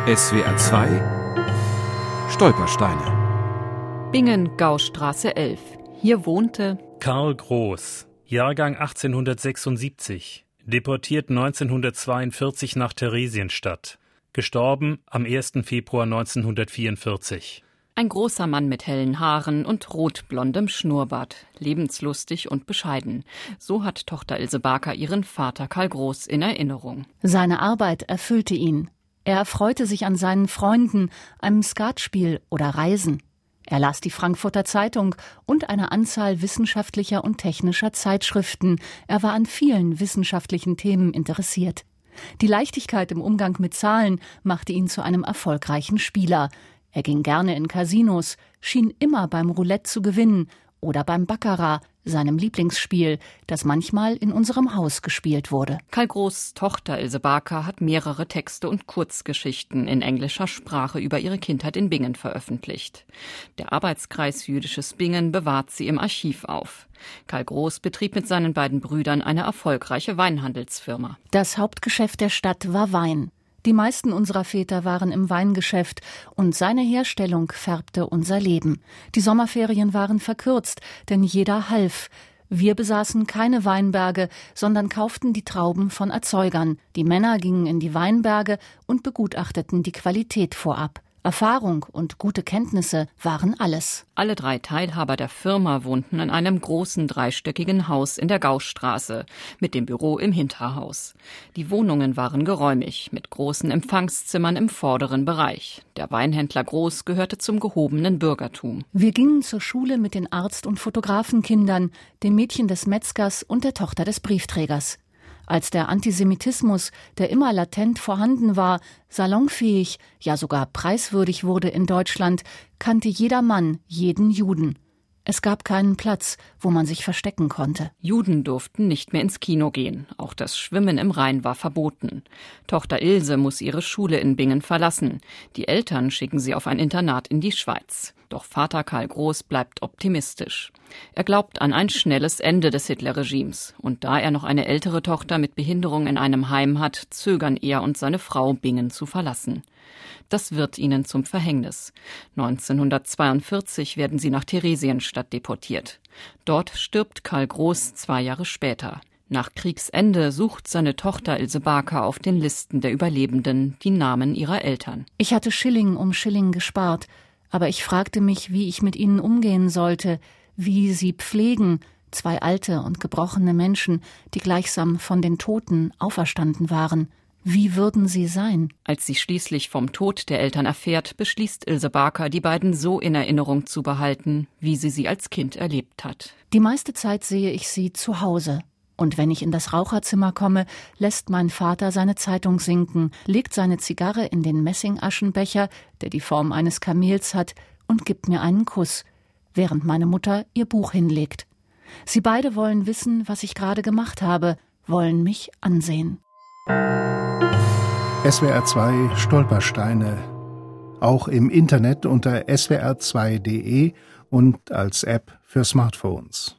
SWR 2 Stolpersteine. Bingen, Gaustraße 11. Hier wohnte Karl Groß, Jahrgang 1876, deportiert 1942 nach Theresienstadt, gestorben am 1. Februar 1944. ein großer Mann mit hellen Haaren und rotblondem Schnurrbart, lebenslustig und bescheiden. So hat Tochter Ilse Barker ihren Vater Karl Groß in Erinnerung. Seine Arbeit erfüllte ihn. Er erfreute sich an seinen Freunden, einem Skatspiel oder Reisen. Er las die Frankfurter Zeitung und eine Anzahl wissenschaftlicher und technischer Zeitschriften. Er war an vielen wissenschaftlichen Themen interessiert. Die Leichtigkeit im Umgang mit Zahlen machte ihn zu einem erfolgreichen Spieler. Er ging gerne in Casinos, schien immer beim Roulette zu gewinnen oder beim Baccarat, seinem Lieblingsspiel, das manchmal in unserem Haus gespielt wurde. Karl Groß' Tochter Ilse Barker hat mehrere Texte und Kurzgeschichten in englischer Sprache über ihre Kindheit in Bingen veröffentlicht. Der Arbeitskreis Jüdisches Bingen bewahrt sie im Archiv auf. Karl Groß betrieb mit seinen beiden Brüdern eine erfolgreiche Weinhandelsfirma. Das Hauptgeschäft der Stadt war Wein. Die meisten unserer Väter waren im Weingeschäft und seine Herstellung färbte unser Leben. Die Sommerferien waren verkürzt, denn jeder half. Wir besaßen keine Weinberge, sondern kauften die Trauben von Erzeugern. Die Männer gingen in die Weinberge und begutachteten die Qualität vorab. Erfahrung und gute Kenntnisse waren alles. Alle drei Teilhaber der Firma wohnten in einem großen dreistöckigen Haus in der Gaustraße mit dem Büro im Hinterhaus. Die Wohnungen waren geräumig, mit großen Empfangszimmern im vorderen Bereich. Der Weinhändler Groß gehörte zum gehobenen Bürgertum. Wir gingen zur Schule mit den Arzt- und Fotografenkindern, dem Mädchen des Metzgers und der Tochter des Briefträgers. Als der Antisemitismus, der immer latent vorhanden war, salonfähig, ja sogar preiswürdig wurde in Deutschland, kannte jeder Mann jeden Juden. Es gab keinen Platz, wo man sich verstecken konnte. Juden durften nicht mehr ins Kino gehen. Auch das Schwimmen im Rhein war verboten. Tochter Ilse muss ihre Schule in Bingen verlassen. Die Eltern schicken sie auf ein Internat in die Schweiz. Doch Vater Karl Groß bleibt optimistisch. Er glaubt an ein schnelles Ende des Hitlerregimes. Und da er noch eine ältere Tochter mit Behinderung in einem Heim hat, zögern er und seine Frau, Bingen zu verlassen. Das wird ihnen zum Verhängnis. 1942 werden sie nach Theresienstadt deportiert. Dort stirbt Karl Groß 2 Jahre später. Nach Kriegsende sucht seine Tochter Ilse Barker auf den Listen der Überlebenden die Namen ihrer Eltern. Ich hatte Schilling um Schilling gespart, aber ich fragte mich, wie ich mit ihnen umgehen sollte, wie sie pflegen, 2 alte und gebrochene Menschen, die gleichsam von den Toten auferstanden waren. Wie würden sie sein? Als sie schließlich vom Tod der Eltern erfährt, beschließt Ilse Barker, die beiden so in Erinnerung zu behalten, wie sie als Kind erlebt hat. Die meiste Zeit sehe ich sie zu Hause. Und wenn ich in das Raucherzimmer komme, lässt mein Vater seine Zeitung sinken, legt seine Zigarre in den Messingaschenbecher, der die Form eines Kamels hat, und gibt mir einen Kuss, während meine Mutter ihr Buch hinlegt. Sie beide wollen wissen, was ich gerade gemacht habe, wollen mich ansehen. SWR 2 Stolpersteine. Auch im Internet unter swr2.de und als App für Smartphones.